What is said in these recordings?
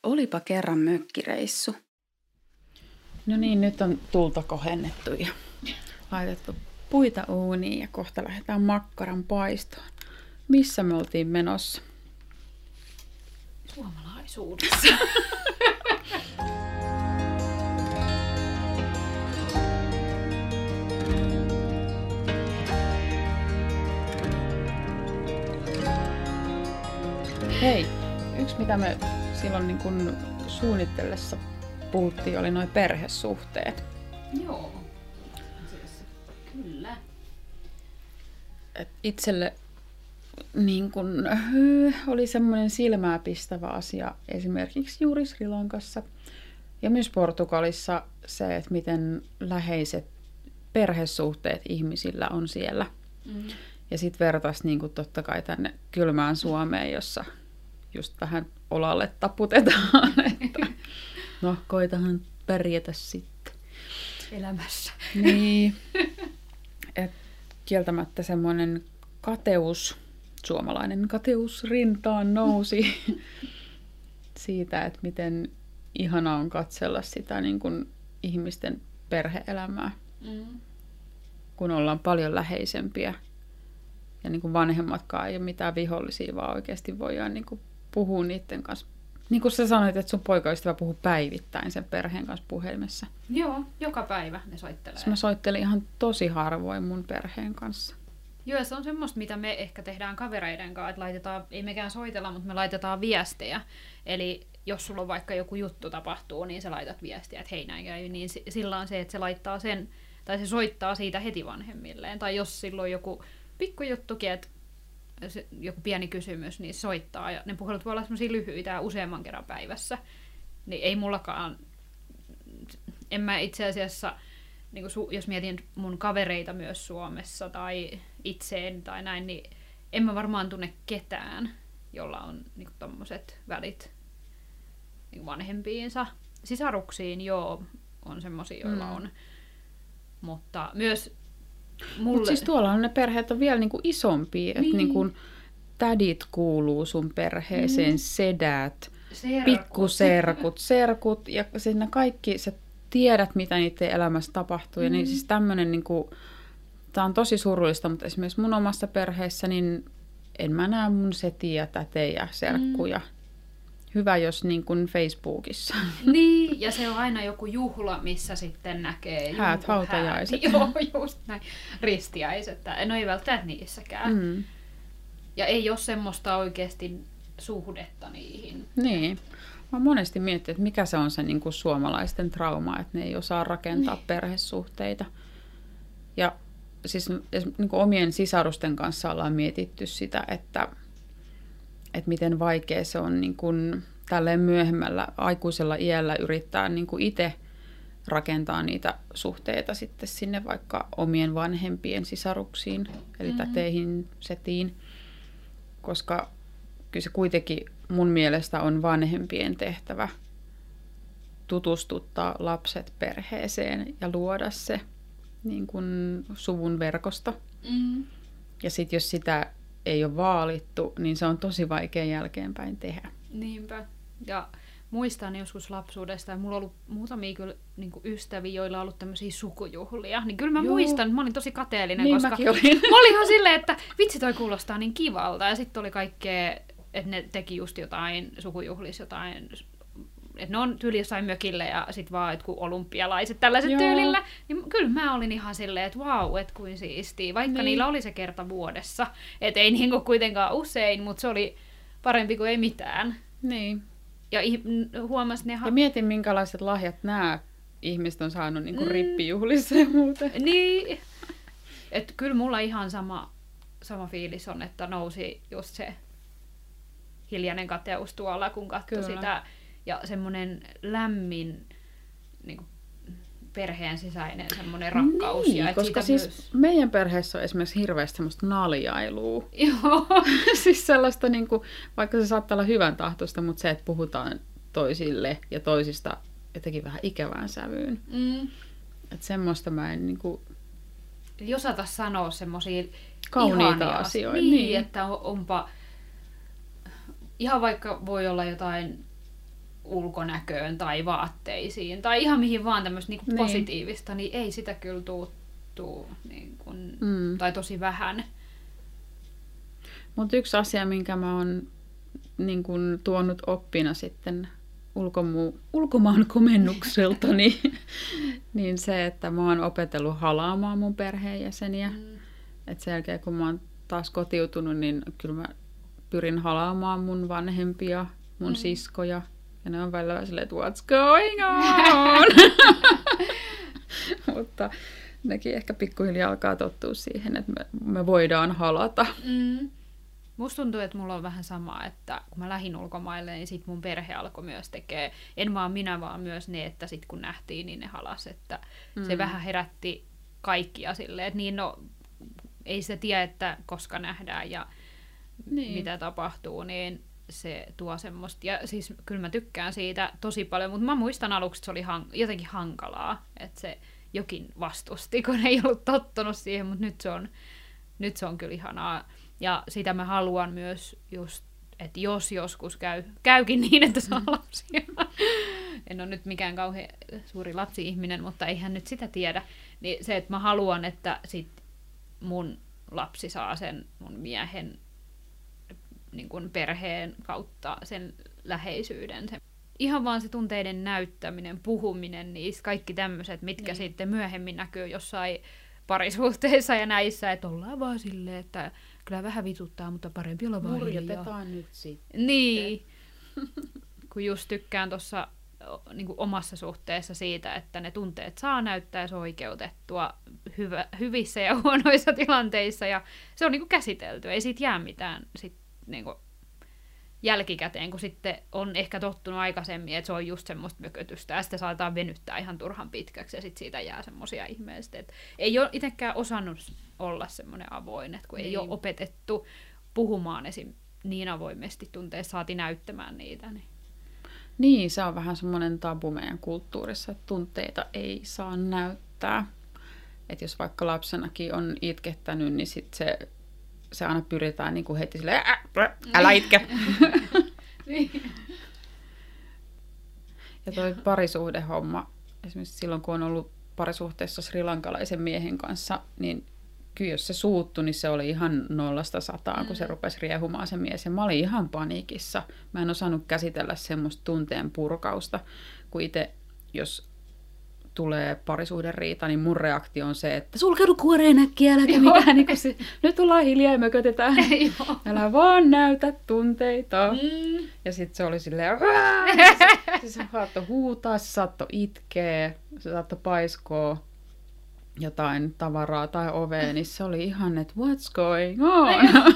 Olipa kerran mökkireissu. No niin, nyt on tulta kohennettu ja laitettu puita uuniin ja kohta lähdetään makkaran paistoon. Missä me oltiin menossa? Suomalaisuudessa. Hei, yksi mitä me silloin niin kun suunnitellessa puhuttiin oli nuo perhesuhteet. Joo, kyllä. Et itselle niin kun, oli semmoinen silmääpistävä asia esimerkiksi juuri Sri Lankassa ja myös Portugalissa se, että miten läheiset perhesuhteet ihmisillä on siellä. Mm. Ja sitten vertaisi niin kuin totta kai tänne kylmään Suomeen, jossa just vähän olalle taputetaan, että no koitahan pärjätä sitten Elämässä. Niin, että kieltämättä semmoinen kateus, suomalainen kateus rintaan nousi siitä, että miten ihana on katsella sitä niin kuin ihmisten perhe-elämää, kun ollaan paljon läheisempiä. Ja niin kuin vanhemmatkaan ei ole mitään vihollisia, vaan oikeasti voidaan niin kuin puhua niiden kanssa. Niin kuin sä sanoit, että sun poikaystävä puhuu päivittäin sen perheen kanssa puhelimessa. Joo, joka päivä ne soittelee. Mä soittelin ihan tosi harvoin mun perheen kanssa. Joo, se on semmoista, mitä me ehkä tehdään kavereiden kanssa, että laitetaan, ei mekään soitella, mutta me laitetaan viestejä. Eli jos sulla on vaikka joku juttu tapahtuu, niin sä laitat viestiä, että hei näin käy, niin sillä on se, että se laittaa sen, tai se soittaa siitä heti vanhemmilleen. Tai jos silloin on joku pikkujuttukin, että joku pieni kysymys, niin soittaa. Ja ne puhelut voi olla semmosia lyhyitä useamman kerran päivässä. Niin ei mullakaan, en mä itse asiassa, niin jos mietin mun kavereita myös Suomessa tai itseen tai näin, niin en mä varmaan tunne ketään, jolla on niin tommoset välit niin vanhempiinsa. Sisaruksiin joo, on semmosia, joilla on. Mutta myös Mutta siis tuolla on ne perheet on vielä niinku isompia, että niinku tädit kuuluu sun perheeseen, sedät, pikkuserkut, serkut ja siinä kaikki, sä tiedät mitä niiden elämässä tapahtuu. Ja niin siis tämmönen niinku, tää on tosi surullista, mutta esimerkiksi mun omassa perheessä niin en mä näe mun setiä, tätejä, serkkuja. Hyvä, jos niin kuin Facebookissa. Niin, ja se on aina joku juhla, missä sitten näkee häät, hautajaiset. Joo, just näin. Ristiäiset. No ei välttämättä niissäkään. Ja ei ole semmoista oikeasti suhdetta niihin. Niin. Mä monesti mietin, että mikä se on se niin kuin suomalaisten trauma, että ne ei osaa rakentaa perhesuhteita. Ja siis niin kuin omien sisarusten kanssa ollaan mietitty sitä, että miten vaikea se on niin kuin tälleen myöhemmällä aikuisella iällä yrittää niin kuin itse rakentaa niitä suhteita sitten sinne vaikka omien vanhempien sisaruksiin, eli täteihin, setiin, koska kyllä se kuitenkin mun mielestä on vanhempien tehtävä tutustuttaa lapset perheeseen ja luoda se niin kuin suvun verkosto. Ja sitten jos sitä ei ole vaalittu, niin se on tosi vaikea jälkeenpäin tehdä. Niinpä. Ja muistan joskus lapsuudesta, ja mulla on ollut muutamia kyllä, niin kuin ystäviä, joilla on ollut tämmöisiä sukujuhlia. Niin kyllä mä muistan, että mä olin tosi kateellinen, niin, koska mä olin ihan silleen, että vitsi toi kuulostaa niin kivalta. Ja sitten oli kaikkea, että ne teki just jotain sukujuhlissa, jotain, että ne on tyyli jossain mökillä ja sit vaan jotkut olympialaiset tällaiset tyylillä. Niin kyllä mä olin ihan silleen, että vau, että kuin siistiä. Vaikka niillä oli se kerta vuodessa. Että ei niinku kuitenkaan usein, mutta se oli parempi kuin ei mitään. Niin. Ja huomasin ne... Ja mietin, minkälaiset lahjat nämä ihmiset on saanut niin kuin rippijuhlissa ja muuten. Niin. Että kyllä mulla ihan sama fiilis on, että nousi just se hiljainen kateus tuolla, kun katsoi sitä. Ja semmoinen lämmin niin kuin perheen sisäinen semmoinen rakkaus. Niin, ja koska siis myös meidän perheessä on esimerkiksi hirveästi semmoista naljailua. Joo. Siis sellaista, niin kuin, vaikka se saattaa olla hyvän tahtoista, mutta se, että puhutaan toisille ja toisista jotenkin vähän ikävään sävyyn. Että semmoista mä en niin kuin... Ei osata sanoa semmoisia kauniita asioita. Niin, että onpa... Ihan vaikka voi olla jotain ulkonäköön tai vaatteisiin tai ihan mihin vaan tämmöistä niin positiivista, niin ei sitä kyllä tuu niin kuin, tai tosi vähän. Mutta yksi asia, minkä mä oon niin kun tuonut oppina sitten ulkomaan komennukselta, niin se, että mä oon opetellut halaamaan mun perheenjäseniä. Et sen jälkeen, kun mä oon taas kotiutunut, niin kyllä mä pyrin halaamaan mun vanhempia, mun siskoja. Ja ne on välillä silleen, että what's going on? Mutta nekin ehkä pikkuhiljaa alkaa tottua siihen, että me voidaan halata. Musta tuntuu, että mulla on vähän sama, että kun mä lähdin ulkomaille, niin sit mun perhe alkoi myös tekee, en vaan minä, vaan myös ne, että sit kun nähtiin, niin ne halas, että se vähän herätti kaikkia silleen, että niin no, ei se tiedä, että koska nähdään ja mitä tapahtuu, niin se tuo semmoista, ja siis kyllä mä tykkään siitä tosi paljon, mutta mä muistan aluksi, että se oli jotenkin hankalaa, että se jokin vastusti, kun ei ollut tottunut siihen, mutta nyt se on kyllä ihanaa. Ja sitä mä haluan myös just, että jos joskus käykin niin, että saa lapsia. En ole nyt mikään kauhean suuri lapsi-ihminen, mutta eihän nyt sitä tiedä. Niin se, että mä haluan, että sit mun lapsi saa sen mun miehen niin kuin perheen kautta sen läheisyyden. Ihan vaan se tunteiden näyttäminen, puhuminen, niistä kaikki tämmöiset, mitkä sitten myöhemmin näkyy jossain parisuhteissa ja näissä, että ollaan vaan silleen, että kyllä vähän vituttaa, mutta parempi olla vaan murjotetaan nyt sitten. Niin, kun just tykkään tuossa niin kuin omassa suhteessa siitä, että ne tunteet saa näyttää, se on oikeutettua hyvissä ja huonoissa tilanteissa, ja se on niin kuin käsitelty, ei siitä jää mitään sit, niin kuin jälkikäteen, kun sitten on ehkä tottunut aikaisemmin, että se on just semmoista mökötystä, ja sitten saadaan venyttää ihan turhan pitkäksi, ja sitten siitä jää semmoisia ihmeistä, että ei ole itsekään osannut olla semmoinen avoin, että kun ei ole opetettu puhumaan esim. Niin avoimesti tunteissa, saati näyttämään niitä. Niin, se on vähän semmoinen tabu meidän kulttuurissa, että tunteita ei saa näyttää. Että jos vaikka lapsenakin on itkettänyt, niin sitten se aina pyritään niin kuin heti silleen, älä itke. Ja toi parisuhdehomma, esimerkiksi silloin kun on ollut parisuhteessa srilankalaisen miehen kanssa, niin kyllä jos se suuttui, niin se oli ihan 0–100, kun se rupesi riehumaan se mies. Ja mä olin ihan paniikissa. Mä en osannut käsitellä semmoista tunteen purkausta, kun itse, jos tulee parisuhderiita, niin mun reaktio on se, että sulkeudu kuoreen äkkiä, äläkä mitään. Niin se, nyt ollaan hiljaa ja mökötetään. Älä vaan näytä tunteita. Ja sitten se oli silleen, se saattoi huutaa, se saattoi itkeä, se saattoi paiskoa jotain tavaraa tai ovea, niin se oli ihan, että what's going on?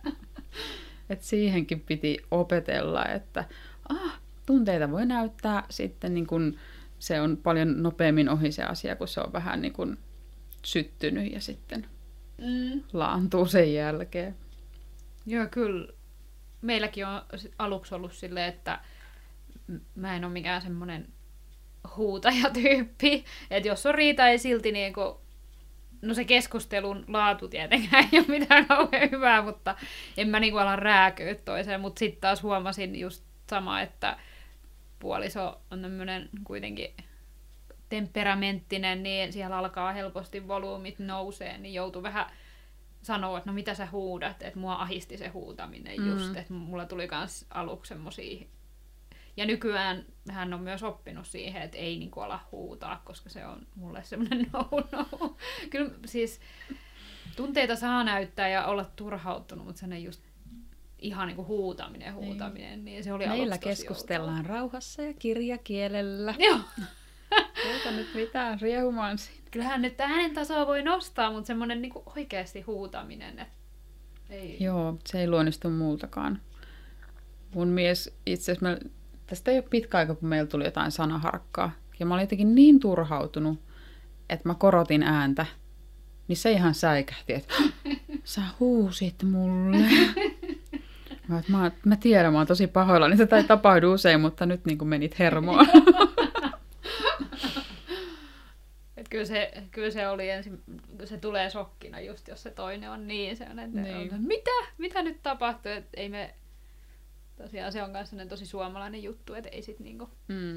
Että siihenkin piti opetella, että tunteita voi näyttää sitten niin kun se on paljon nopeammin ohi se asia, kun se on vähän niin kuin syttynyt ja sitten laantuu sen jälkeen. Joo, kyllä. Meilläkin on aluksi ollut silleen, että mä en ole mikään semmoinen huutajatyyppi. Että jos on riita, ei silti niinku, no se keskustelun laatu tietenkään ei ole mitään kauhean hyvää, mutta en mä niinku ala rääkyä toiseen. Mutta sitten taas huomasin just sama, että puoliso on tämmöinen kuitenkin temperamenttinen, niin siellä alkaa helposti volyymit nousee, niin joutuu vähän sanoa, että no mitä sä huudat, että mua ahisti se huutaminen just, että mulla tuli kans aluksi semmosia. Ja nykyään hän on myös oppinut siihen, että ei niinku ala huutaa, koska se on mulle semmoinen no. Kyllä siis tunteita saa näyttää ja olla turhautunut, mutta se just ihan niinku huutaminen, niin se oli aluksi meillä keskustellaan rauhassa ja kirjakielellä. Joo. Tuota nyt mitään riehumaan siinä. Kyllähän nyt äänen tasoa voi nostaa, mutta semmoinen niinku oikeasti huutaminen. Ei. Joo, se ei luonnistu muultakaan. Mun mies itse asiassa, tästä ei ole pitkä aika, kun meillä tuli jotain sanaharkkaa. Ja mä olin jotenkin niin turhautunut, että mä korotin ääntä. Niin se ihan säikähti, että sä huusit mulle. Mä tiedän, mä oon tosi pahoillani, niin tätä ei tapahdu usein, mutta nyt niin kuin menit hermoon. Kyllä se oli se tulee shokkina just, jos se toinen on niin sellainen, että niin. Mitä nyt tapahtuu, että ei me tosiaan se on myös tosi suomalainen juttu, että ei sit niinku...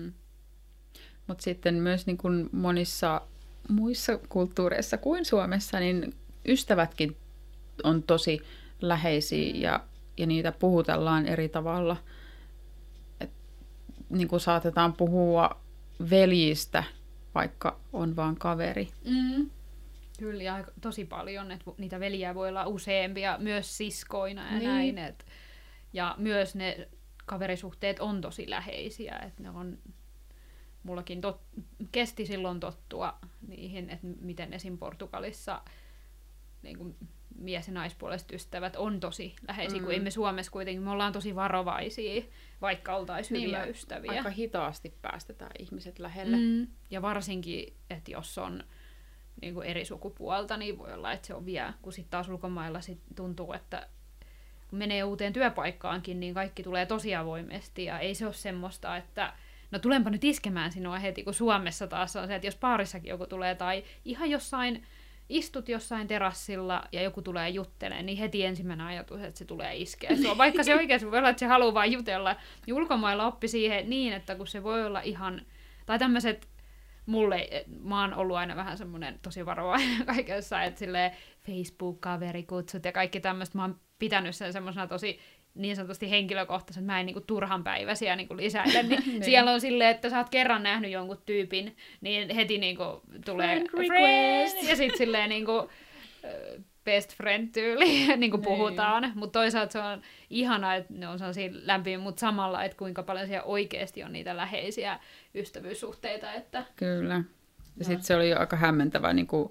Mutta sitten myös niin kuin monissa muissa kulttuureissa kuin Suomessa, niin ystävätkin on tosi läheisiä ja niitä puhutellaan eri tavalla. Et, niin kuin saatetaan puhua veljistä, vaikka on vaan kaveri. Kyllä, ja tosi paljon, että niitä veljiä voi olla useampia, myös siskoina ja näin. Ja myös ne kaverisuhteet on tosi läheisiä, että ne on... Mullakin kesti silloin tottua niihin, että miten esim. Portugalissa niin kuin mies- ja naispuoliset ystävät on tosi läheisiä, kun emme Suomessa kuitenkin, me ollaan tosi varovaisia, vaikka oltaisiin hyviä ystäviä. Aika hitaasti päästetään ihmiset lähelle. Ja varsinkin, että jos on niin kuin eri sukupuolta, niin voi olla, että se on vielä, kun sitten taas ulkomailla sit tuntuu, että kun menee uuteen työpaikkaankin, niin kaikki tulee tosi avoimesti, ja ei se ole semmoista, että no tulenpa nyt iskemään sinua heti, kun Suomessa taas on se, että jos paarissakin joku tulee, tai ihan istut jossain terassilla ja joku tulee juttelemaan, niin heti ensimmäinen ajatus, että se tulee iskeä. Vaikka se oikeasti voi olla, että se haluaa vain jutella, niin ulkomailla oppi siihen niin, että kun se voi olla ihan, tai tämmöiset, mä oon ollut aina vähän semmoinen tosi varovainen kaikessa, että silleen Facebook-kaverikutsut ja kaikki tämmöistä, mä oon pitänyt sen semmoisena tosi niin sanotusti henkilökohtaisen, että mä en niinku turhanpäiväisiä niinku lisäile, niin siellä on silleen, että sä oot kerran nähnyt jonkun tyypin, niin heti niinku tulee friend, ja sit silleen niinku best friend tyyli niinku puhutaan, mutta toisaalta se on ihanaa, että ne on sellaisia lämpimiä, mutta samalla, että kuinka paljon siellä oikeasti on niitä läheisiä ystävyyssuhteita. Että... Kyllä. Ja sitten se oli aika hämmentävä, niinku,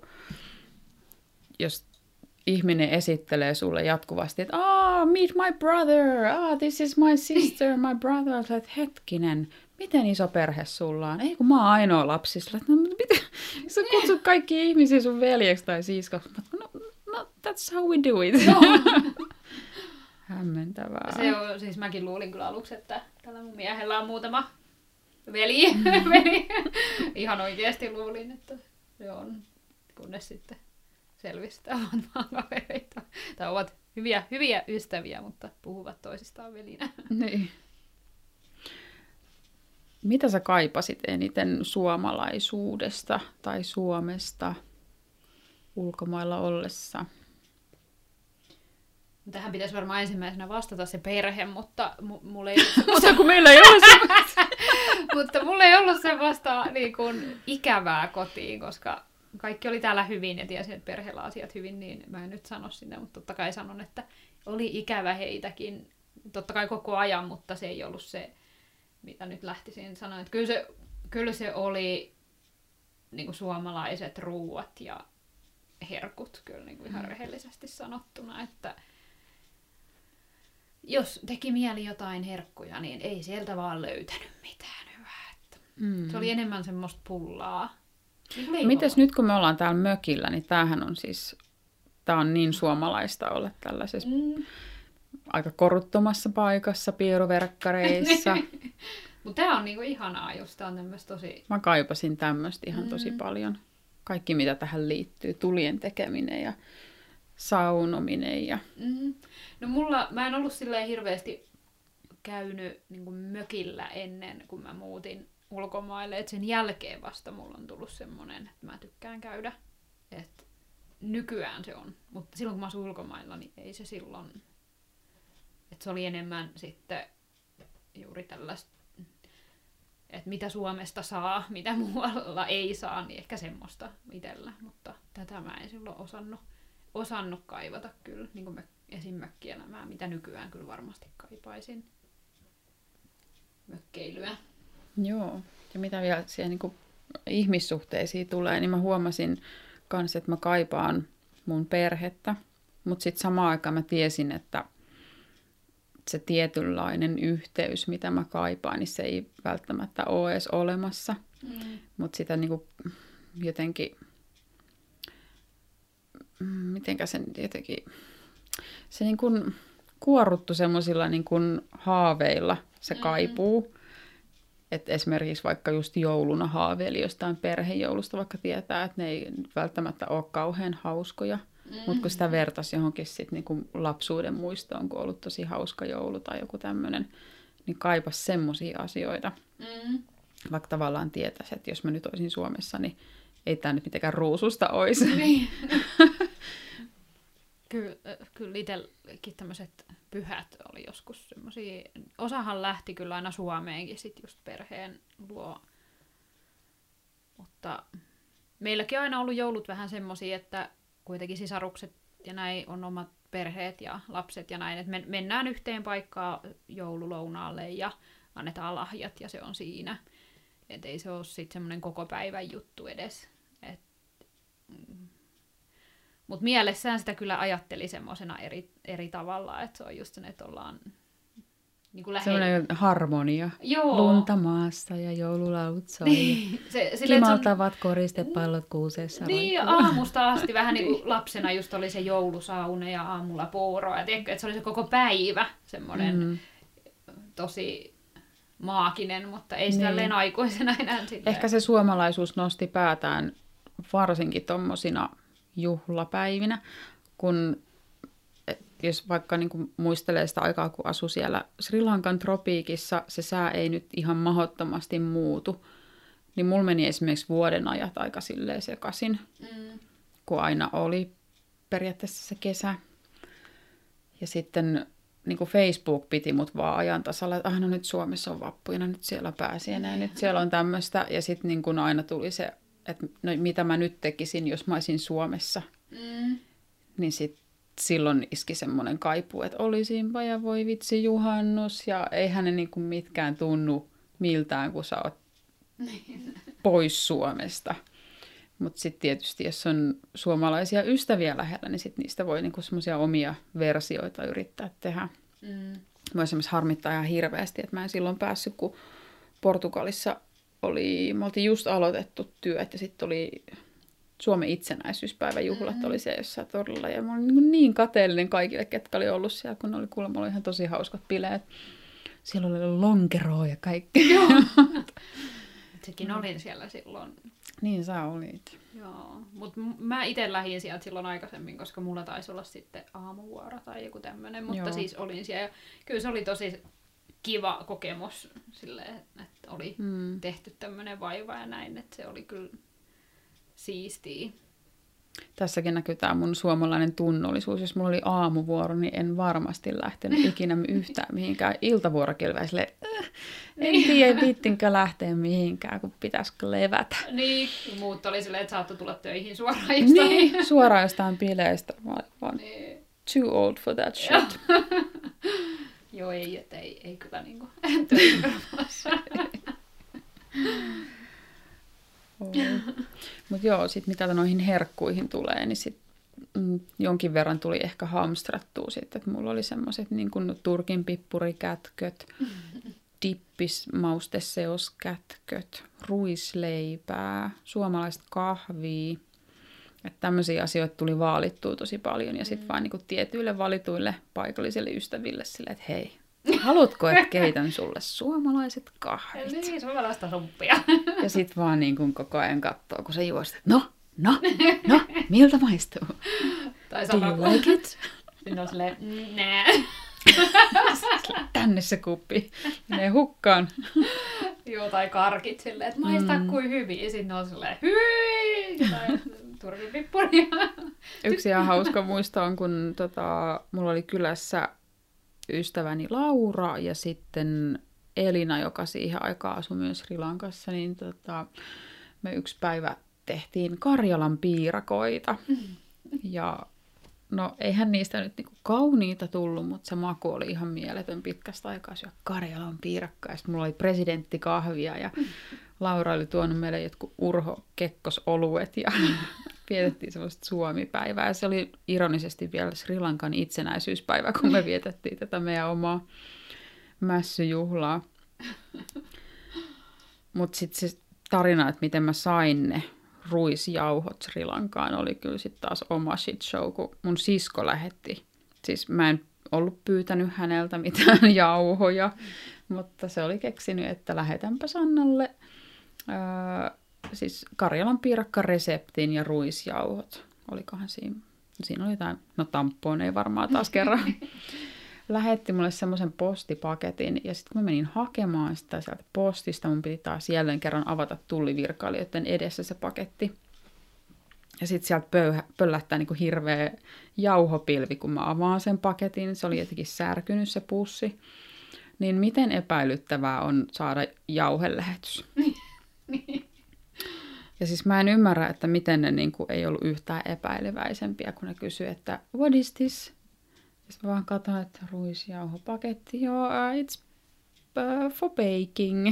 jos ihminen esittelee sulle jatkuvasti, että meet my brother, this is my sister, my brother. Sä olet, hetkinen, miten iso perhe sulla on? Ei kun mä oon ainoa lapsi. Sä olet, no miten? Sä kutsut kaikki ihmisiä sun veljeksi tai siskoksi. No, that's how we do it. No. Hämmentävää. Se on, siis mäkin luulin kyllä aluksi, että tällä mun miehellä on muutama veli. Ihan oikeasti luulin, että se on, kunnes sitten selvistä ovat vaan kavereita. Tai ovat hyviä ystäviä, mutta puhuvat toisistaan velinä. Niin. Mitä sä kaipasit eniten suomalaisuudesta tai Suomesta ulkomailla ollessa? Tähän pitäisi varmaan ensimmäisenä vastata se perhe, mutta mulla ei mutta kun meillä ei ole semmoista. Mutta mulla ei ollut semmoista niin kuin ikävää kotiin, koska kaikki oli täällä hyvin ja tiesin, että perheellä asiat hyvin, niin mä en nyt sano sinne, mutta totta kai sanon, että oli ikävä heitäkin, totta kai koko ajan, mutta se ei ollut se, mitä nyt lähtisin sanoa. Että kyllä se oli niin kuin suomalaiset ruuat ja herkut, kyllä niin kuin ihan rehellisesti sanottuna, että jos teki mieli jotain herkkuja, niin ei sieltä vaan löytänyt mitään hyvää. Että se oli enemmän semmoista pullaa. Mites nyt kun me ollaan täällä mökillä, niin tämähän on siis, tää on niin suomalaista olla tällaisessa aika koruttomassa paikassa, piiruverkkareissa. Mutta tää on niinku ihanaa, jos tää on tämmöistä tosi... Mä kaipasin tämmöistä ihan tosi paljon. Kaikki mitä tähän liittyy, tulien tekeminen ja saunominen ja... No mä en ollut silleen hirveästi käynyt niinku mökillä ennen kuin mä muutin ulkomaille, että sen jälkeen vasta mulla on tullut semmoinen, että mä tykkään käydä, että nykyään se on, mutta silloin kun mä asuin ulkomailla, niin ei se silloin, että se oli enemmän sitten juuri tällaista, että mitä Suomesta saa, mitä muualla ei saa, niin ehkä semmoista itsellä, mutta tätä mä en silloin osannut kaivata kyllä, niin kuin esim. Mökkielämää, mitä nykyään kyllä varmasti kaipaisin mökkeilyä. Joo, ja mitä vielä siihen niin kuin ihmissuhteisiin tulee, niin mä huomasin kans, että mä kaipaan mun perhettä, mutta sitten samaan aikaan mä tiesin, että se tietynlainen yhteys, mitä mä kaipaan, niin se ei välttämättä ole edes olemassa. Mutta sitä niin kuin jotenkin, mitenkä sen jotenkin, se niin kuin kuorruttu semmoisilla niin kuin haaveilla se kaipuu. Että esimerkiksi vaikka just jouluna haaveili jostain perhejoulusta, vaikka tietää, että ne ei välttämättä ole kauhean hauskoja. Mutta kun sitä vertasi johonkin sit niinku lapsuuden muistoon, kun on ollut tosi hauska joulu tai joku tämmöinen, niin kaipas semmoisia asioita. Vaikka tavallaan tietäisi, että jos mä nyt olisin Suomessa, niin ei tämä nyt mitenkään ruususta olisi. Niin. Kyllä itsellekin tämmöiset pyhät oli joskus semmoisia. Osahan lähti kyllä aina Suomeenkin sit just perheen luo. Mutta meilläkin on aina ollut joulut vähän semmoisia, että kuitenkin sisarukset ja näin on omat perheet ja lapset ja näin. Että mennään yhteen paikkaan joululounaalle ja annetaan lahjat ja se on siinä. Että ei se ole sitten semmoinen koko päivän juttu edes. Mutta mielessään sitä kyllä ajatteli semmoisena eri tavalla, että se on just sen, että ollaan niin kuin semmoinen harmonia. Joo. Lunta maassa ja joululaulut soi. Niin. Kimaltavat koristepallot kuuseessa. Niin, ja aamusta asti vähän niin kuin lapsena just oli se joulusaune ja aamulla puuroa. Että se oli se koko päivä semmoinen tosi maaginen, mutta ei sitä niin aikuisena enää silleen. Ehkä se suomalaisuus nosti päätään varsinkin tommosina juhlapäivinä, kun jos vaikka niin kuin muistelee sitä aikaa, kun asui siellä Sri Lankan tropiikissa, se sää ei nyt ihan mahdottomasti muutu, niin mulla meni esimerkiksi vuoden ajat aika silleen sekaisin, kun aina oli periaatteessa se kesä. Ja sitten niin kuin Facebook piti mut vaan ajan tasalla, että no nyt Suomessa on vappu ja nyt siellä pääsiäinen ja nyt siellä on tämmöistä. Ja sitten niin kuin aina tuli se, että no, mitä mä nyt tekisin, jos mä olisin Suomessa. Niin silloin iski semmoinen kaipuu, että olisinpa ja voi vitsi juhannus. Ja eihän ne niin kuin mitkään tunnu miltään, kun sä oot pois Suomesta. Mutta sitten tietysti, jos on suomalaisia ystäviä lähellä, niin sit niistä voi niinku semmoisia omia versioita yrittää tehdä. Mä esimerkiksi harmittaa ihan hirveästi, että mä en silloin päässyt, kun Portugalissa me oltiin just aloitettu työt ja sitten oli Suomen itsenäisyyspäiväjuhlat oli siellä jossain torilla. Ja mä olin niin kateellinen kaikille, ketkä oli ollut siellä, kun oli kuulemma oli ihan tosi hauskat bileet. Siellä oli lonkeroa ja kaikkea. Joo. Sekin olin siellä silloin. Niin sä olit. Joo, mutta mä itse lähdin sieltä silloin aikaisemmin, koska mulla taisi olla sitten aamuvuoro tai joku tämmöinen, mutta joo, siis olin siellä. Ja kyllä se oli tosi kiva kokemus silleen, että oli tehty tämmöinen vaiva ja näin, että se oli kyllä siistiä. Tässäkin näkyy tämä mun suomalainen tunnollisuus. Jos mulla oli aamuvuoro, niin en varmasti lähtenyt ikinä yhtään mihinkään. Iltavuorokin oli silleen, en tiedä, viittinkö lähteä mihinkään, kun pitäisikö levätä. Niin, muut oli silleen, että saattoi tulla töihin suoraan jostain. Niin, suoraan jostain bileistä. Mä olin vaan too old for that shit. Joo, ei kyllä niinku töihin pervassa. Mutta joo, sit mitä noihin herkkuihin tulee, niin sit jonkin verran tuli ehkä hamstrattua sitten, että mulla oli semmoiset niin kuin turkin pippurikätköt, dippismausteseoskätköt, ruisleipää, suomalaista kahvia. Että tämmöisiä asioita tuli vaalittua tosi paljon ja sitten vaan niin kuin tietyille valituille paikallisille ystäville silleen, että hei, haluatko, että keitän sulle suomalaiset kahvit? Niin, suomalaista somppia. Ja sit vaan niin kuin koko ajan kattoo, kun sä juost, että no, miltä maistuu? Tai do you like it? Sitten on silleen, nää. Tänne se kuppi. Menee hukkaan. Joo, tai karkit silleen, että maistaa kuin hyvin. Ja sitten on silleen, hyi! Tai turkipippuria. Yksi ihan hauska muisto on, kun mulla oli kylässä ystäväni Laura ja sitten Elina, joka siihen aikaan asui myös Sri Lankassa, niin me yksi päivä tehtiin Karjalan piirakoita. Ja no eihän niistä nyt niinku kauniita tullut, mutta se maku oli ihan mieletön pitkästä aikaa syödä Karjalan piirakkaa. Ja sitten mulla oli presidenttikahvia ja Laura oli tuonut meille jotkut Urho Kekkos-oluet ja vietettiin sellaista Suomi-päivää. Ja se oli ironisesti vielä Sri Lankan itsenäisyyspäivä, kun me vietettiin tätä meidän omaa mässyjuhlaa. Mutta sitten se tarina, että miten mä sain ne ruisjauhot Sri Lankaan, oli kyllä sitten taas oma shit show, kun mun sisko lähetti. Siis mä en ollut pyytänyt häneltä mitään jauhoja, mutta se oli keksinyt, että lähetänpä Sannalle siis Karjalan piirakkareseptin ja ruisjauhot. Olikohan siinä siinä oli jotain, no tamponeja varmaan taas kerran. Lähetti mulle semmoisen postipaketin, ja sitten kun mä menin hakemaan sitä sieltä postista, mun piti taas jälleen kerran avata tullivirkailijoiden edessä se paketti. Ja sitten sieltä pöllähtää niin kuin hirveä jauhopilvi, kun mä avaan sen paketin. Se oli jotenkin särkynyt se pussi. Niin miten epäilyttävää on saada jauhelähetys? Ja siis mä en ymmärrä, että miten ne niin kuin ei ollut yhtään epäileväisempiä, kun ne kysyi, että what is this? Ja sitten mä vaan katsoin, että ruisjauhopaketti, joo, it's for baking.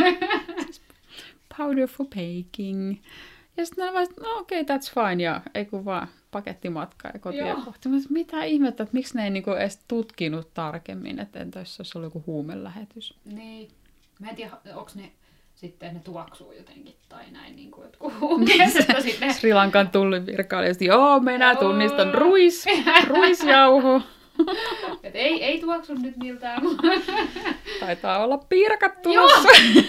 Powder for baking. Ja sitten mä että no okei, that's fine, ja ei kun vaan pakettimatka ja kotia kohti. Mä mitä ihmettä, että miksi ne ei niinku edes tutkinut tarkemmin, että entä jos se olisi ollut joku huumelähetys. Niin. Mä en tiedä, onko ne sitten ne tuoksuu jotenkin tai näin niin kuin jotkut huumeet. Sri Lankan tullivirkailijat, joo, minä tunnistan ruisjauho. Et ei tuoksu nyt miltään. Taitaa olla piirakat tulossa.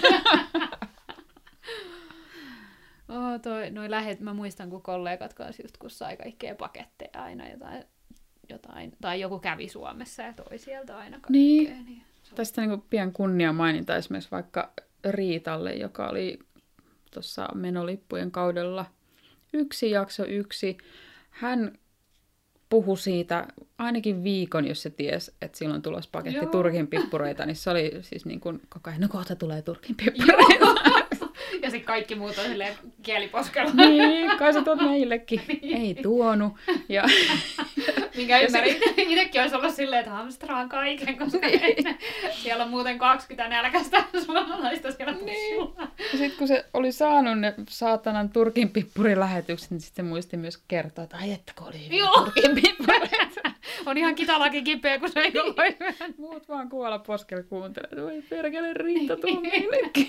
Mä muistan, kun kollegat kanssa just kun sai kaikkea paketteja aina jotain, tai joku kävi Suomessa ja toi sieltä aina kaikkea. Niin. Tästä niin pian kunnia mainita esimerkiksi vaikka Riitalle, joka oli tuossa menolippujen kaudella jakso 1. Hän puhui siitä ainakin viikon, jos se tiesi, että silloin tulossa paketti Turkin pippureita, niin se oli siis niin kuin koko ajan, no kohta tulee Turkin pippureita. Ja sitten kaikki muut on silleen kieliposkella. Niin, kai sä tuot meillekin. Ei tuonut. Ja minkä ymmärrin. Itsekin olisi ollut silleen, että hamstraan kaiken, koska siellä on muuten 20 nälkäistä suomalaista siellä pussulla. Ja sitten kun se oli saanut ne saatanan Turkin pippurilähetykset, niin sitten muisti myös kertoa, että ai että kun oli Turkin pippureita. On ihan kitalakin kipeä, kun se ei ole. Muut vaan kuolla poskella kuuntelevat. Voi perkele, Riitta tuo meillekin.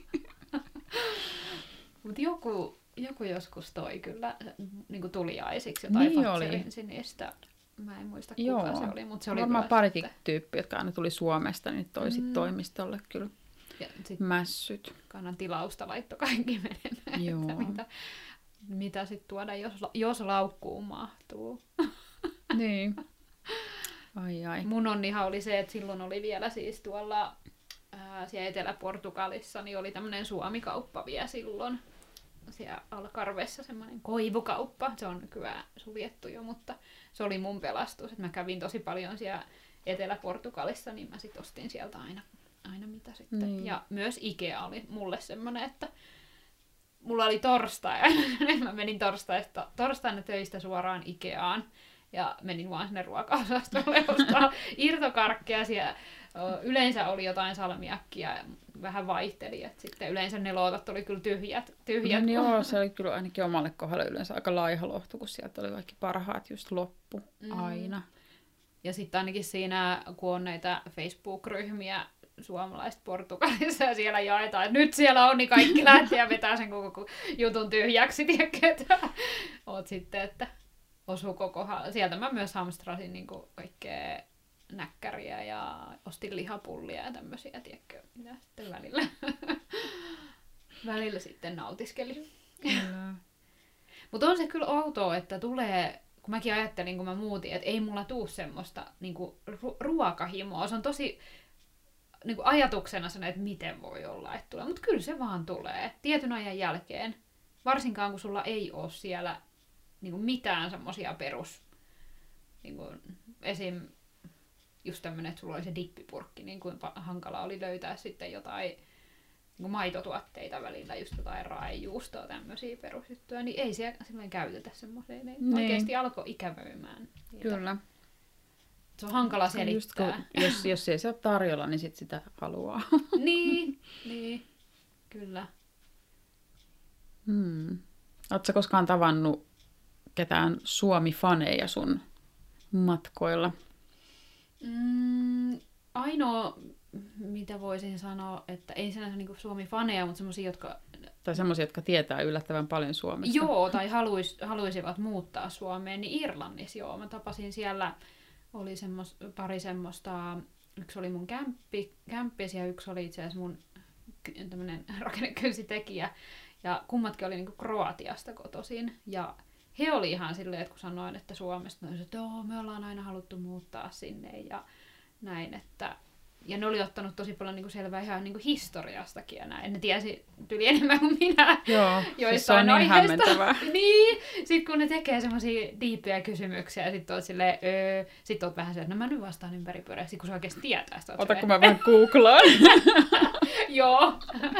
Mutta joku joskus toi kyllä niin kuin tuliaisiksi jotain niin Fatserin sinistä. Mä en muista kuka se oli, mutta se oli varmaan parikin tyyppiä, jotka aina tuli Suomesta, niin toi sit toimistolle kyllä mässyt. Kannan tilausta laitto kaikki menemään, että mitä sitten tuoda, jos laukkuun mahtuu. Niin. Ai. Mun onnihan oli se, että silloin oli vielä siis tuolla siellä Etelä-Portugalissa, niin oli tämmöinen Suomi-kauppa vielä silloin. Siellä Algarvessa semmoinen koivukauppa. Se on nykyään suljettu jo, mutta se oli mun pelastus. Että mä kävin tosi paljon siellä Etelä-Portugalissa, niin mä sit ostin sieltä aina mitä sitten. Niin. Ja myös Ikea oli mulle semmoinen, että mulla oli torstai. Mä menin torstaina töistä suoraan Ikeaan. Ja menin vaan sinne ruoka-osastolle ostaa irtokarkkeja siellä. Yleensä oli jotain salmiakkia ja vähän vaihteli. Että sitten yleensä ne lootat oli kyllä tyhjät. No, joo, se oli kyllä ainakin omalle kohdalle yleensä aika laiha lohtu, kun sieltä oli kaikki parhaat just loppu aina. Ja sitten ainakin siinä, kun on näitä Facebook-ryhmiä suomalaiset Portugalissa ja siellä jaetaan, että nyt siellä on, niin kaikki lähtee ja vetää sen koko jutun tyhjäksi, tiedätkö, oot sitten, että osuuko kohdalla. Sieltä mä myös hamstrasin niin kaikkea näkkäriä ja ostin lihapullia ja tämmöisiä, tiedätkö, mitä sitten välillä sitten nautiskelin. Mutta on se kyllä outoa, että tulee, kun mäkin ajattelin, kun mä muutin, että ei mulla tuu semmoista niin ruokahimoa. Se on tosi niin ajatuksena sen, että miten voi olla, että tulee. Mutta kyllä se vaan tulee tietyn ajan jälkeen. Varsinkaan, kun sulla ei ole siellä niin mitään semmoisia perus, niin esim. Just tämmöinen, että sulla oli se dippipurkki, niin kuin hankala oli löytää sitten jotain niin maitotuotteita välillä, just jotain raajuustoa, tämmöisiä perusjuttuja, niin ei siellä silloin käytetä semmoisia. Niin oikeasti alkoi ikävöimään. Kyllä. Se on hankala selittää. Just, jos ei se ole tarjolla, niin sit sitä haluaa. niin, kyllä. Oletko koskaan tavannut ketään Suomi-faneja sun matkoilla? Ainoa, mitä voisin sanoa, että ei sinänsä niin Suomi-faneja, mutta semmoisia, jotka... Tai semmoisia, jotka tietää yllättävän paljon Suomesta. Joo, tai haluaisivat muuttaa Suomeen, niin Irlannissa joo. Mä tapasin siellä, oli pari semmoista, yksi oli mun kämppis ja yksi oli itse asiassa mun tämmönen rakennekynsitekijä. Ja kummatkin oli niinku Kroatiasta kotoisin. Ja he oli ihan silleen, että kun sanoin, että Suomesta, ne että me ollaan aina haluttu muuttaa sinne ja näin, että ja ne oli ottanut tosi paljon niin kuin selvää ihan niin kuin historiastakin ja näin. Ne tiesi tyli enemmän kuin minä. Joo, siis se on niin hämmentävää. Niin, sit kun ne tekee semmosia diippejä kysymyksiä ja sit oot silleen, sit oot vähän se, että no mä nyt vastaan ympäripyöreästi, kun sä oikeesti tietää sitä. Ota, kun mä vähän googlaan. Joo.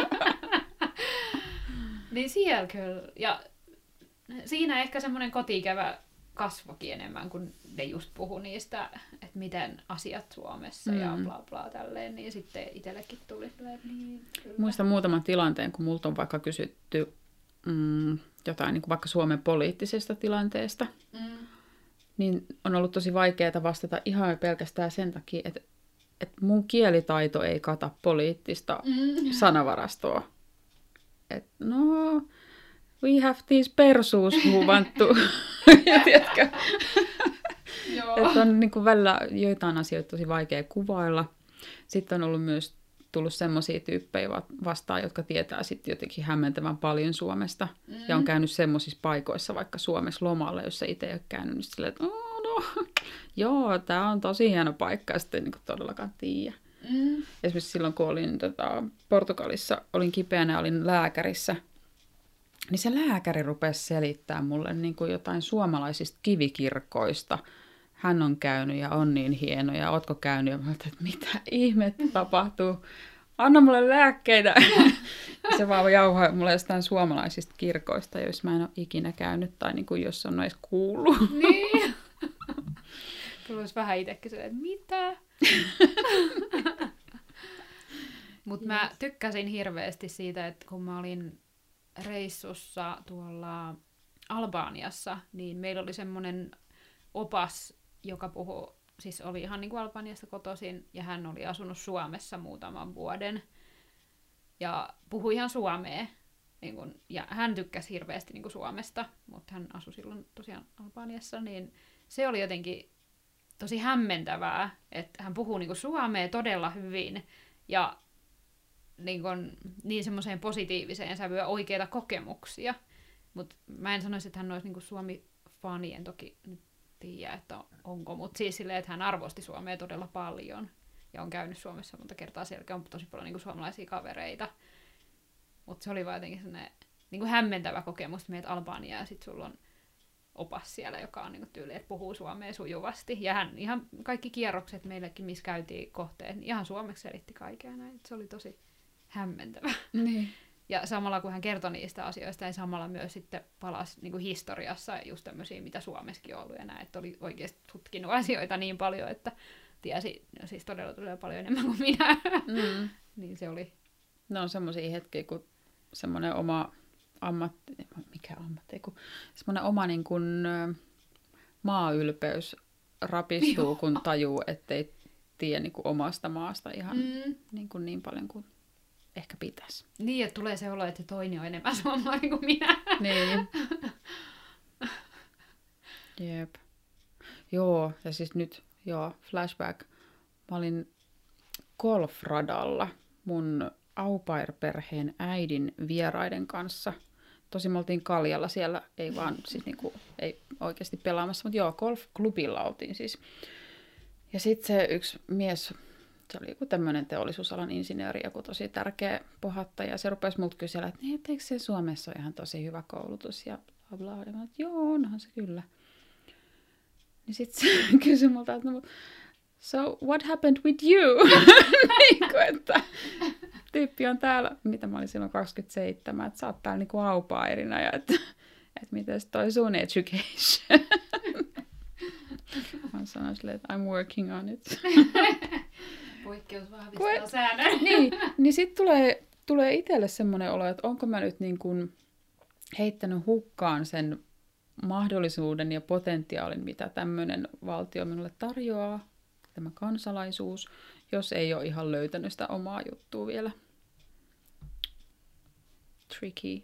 Niin siellä kyllä. Ja siinä ehkä semmoinen kotiikävä kasvokin enemmän, kun ne just puhu niistä, että miten asiat Suomessa ja bla bla tälleen, niin sitten itsellekin tuli silleen, niin kyllä. Muistan muutaman tilanteen, kun multa on vaikka kysytty jotain niin kuin vaikka Suomen poliittisesta tilanteesta, niin on ollut tosi vaikeaa vastata ihan pelkästään sen takia, että mun kielitaito ei kata poliittista sanavarastoa. Et no, we have these persuus who want to. Tiedätkö? Että on niin kuin välillä joitain asioita tosi vaikea kuvailla. Sitten on ollut myös tullut semmoisia tyyppejä vastaan, jotka tietää sitten jotenkin hämmentävän paljon Suomesta. Ja on käynyt semmoisissa paikoissa, vaikka Suomessa lomalla, jossa itse ei ole käynyt, niin silleen, että joo, tämä on tosi hieno paikka, ja sitten niin kuin todellakaan tiedä. Esimerkiksi silloin, kun olin Portugalissa, olin kipeänä ja olin lääkärissä, niin se lääkäri rupesi selittämään mulle niin kuin jotain suomalaisista kivikirkoista. Hän on käynyt ja on niin hieno ja ootko käynyt? Ja mä ajattelin, että mitä ihmettä tapahtuu? Anna mulle lääkkeitä! Ja se vaan jauhaa mulle jostain suomalaisista kirkoista, joissa mä en ole ikinä käynyt tai niin kuin jos on edes kuullut. Niin. Tulisi vähän itsekin se, että mitä? Mutta mä tykkäsin hirveästi siitä, että kun mä olin reissussa tuolla Albaniassa, niin meillä oli semmoinen opas, joka puhui, siis oli ihan niin kuin Albaniasta kotoisin, ja hän oli asunut Suomessa muutaman vuoden, ja puhui ihan suomea, niin kun, ja hän tykkäsi hirveästi niin kuin Suomesta, mutta hän asui silloin tosiaan Albaniassa, niin se oli jotenkin tosi hämmentävää, että hän puhuu niin kuin suomea todella hyvin, ja niin semmoiseen positiiviseen sävyyn oikeita kokemuksia. Mutta mä en sanoisi, että hän olisi niinku Suomi-fani, en toki nyt tiedä, että onko, mutta siis silleen, että hän arvosti Suomea todella paljon. Ja on käynyt Suomessa monta kertaa, siellä on tosi paljon niinku suomalaisia kavereita. Mutta se oli vaan jotenkin sellainen niinku hämmentävä kokemus, että meet Albania ja sitten sulla on opas siellä, joka on niinku tyyli, että puhuu suomea sujuvasti. Ja hän ihan kaikki kierrokset meillekin, missä käytiin kohteet, niin ihan suomeksi selitti kaikkea näin. Se oli tosi hämmentävä. Niin. Ja samalla kun hän kertoi niistä asioista, niin samalla myös sitten palasi niin kuin historiassa just tämmöisiä, mitä Suomessakin on ollut ja näin, että oli oikeasti tutkinut asioita niin paljon, että tiesi siis todella paljon enemmän kuin minä. Niin se oli. No on semmoisia hetkiä, kun semmoinen oma semmoinen oma niin kuin maaylpeys rapistuu, kun tajuu, ettei tiedä niin kuin omasta maasta ihan niin paljon kuin ehkä pitäisi. Niin, että tulee se olo, että toinen on enemmän suomalainen kuin minä. Niin. Jep. Joo, ja siis nyt, flashback. Mä olin golfradalla mun au pair-perheen äidin vieraiden kanssa. Tosin me oltiin kaljalla siellä, ei vaan siis niinku, ei oikeasti pelaamassa, mutta golfklubilla oltiin siis. Ja sitten se yksi mies, se oli joku tämmöinen teollisuusalan insinööri, joku tosi tärkeä pohattaja. Se rupesi multa kysellä, että eikö se Suomessa ole ihan tosi hyvä koulutus ja bla bla. Ja mä, että joo, onhan se kyllä. Niin sitten se kysyi multa, että no, so what happened with you? Niin kuin, että tyyppi on täällä, mitä mä olin silloin 27, että sä oot täällä niinku au pairina ja että mites toi sun education? Mä sanoin silleen, että I'm working on it. Poikkeus vahvistaa säännön. Niin sit tulee itselle semmoinen olo, että onko mä nyt niin kuin heittänyt hukkaan sen mahdollisuuden ja potentiaalin, mitä tämmöinen valtio minulle tarjoaa, tämä kansalaisuus, jos ei ole ihan löytänyt sitä omaa juttua vielä. Tricky.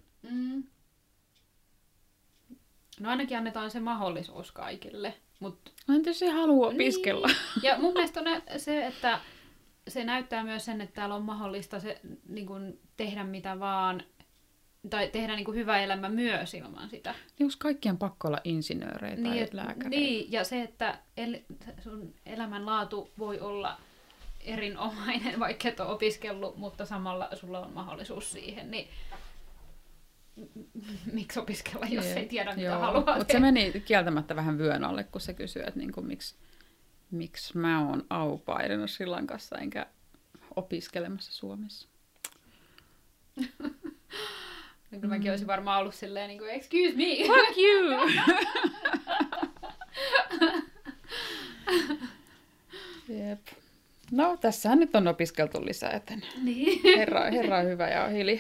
No ainakin annetaan se mahdollisuus kaikille. No entä jos ei halua opiskella? Niin. Ja mun mielestä on se, että se näyttää myös sen, että täällä on mahdollista se, niin kuin, tehdä mitä vaan tai tehdä niin kuin hyvä elämä myös ilman sitä. Niin kaikkien pakko olla insinöörejä tai lääkäreitä. Niin, ja se, että sun elämänlaatu voi olla erinomainen, vaikka et ole opiskellut, mutta samalla sulla on mahdollisuus siihen, niin miksi opiskella, jos ei tiedä, mitä haluaa. Mutta se meni kieltämättä vähän vyön alle, kun se kysyi, että niinku, miksi mä oon au-pairina Sri Lankassa enkä opiskelemassa Suomessa. Kyllä mäkin olisin varmaan ollut silleen, niin kuin, excuse me. Fuck you! Jep. No, tässähän nyt on opiskeltu lisää, joten niin. herra on hyvä ja on hiljaa.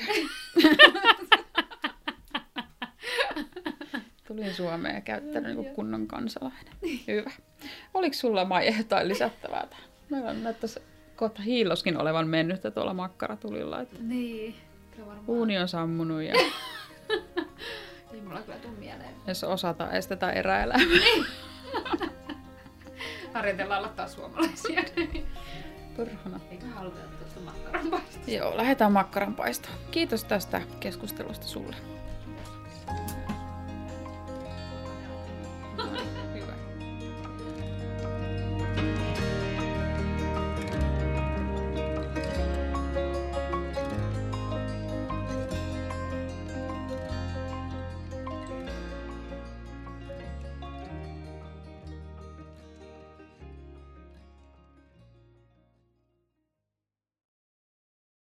Tulin Suomeen ja käyttänyt niin kunnon kansalainen. Hyvä. Oliko sulla, Maija, jotain lisättävää tähän? Meillä näyttäisi kohta hiilloskin olevan mennyttä tuolla makkaratulilla. Että niin, kyllä varmaan. uuni on sammunut ja ei mulla kyllä tule mieleen. jos osataan, estetään eräelämää. Harjoitellaan olla taas suomalaisia. Perhana. Eikä haluta tuosta makkaranpaistosta. Joo, lähdetään makkaranpaistoon. Kiitos tästä keskustelusta sulle.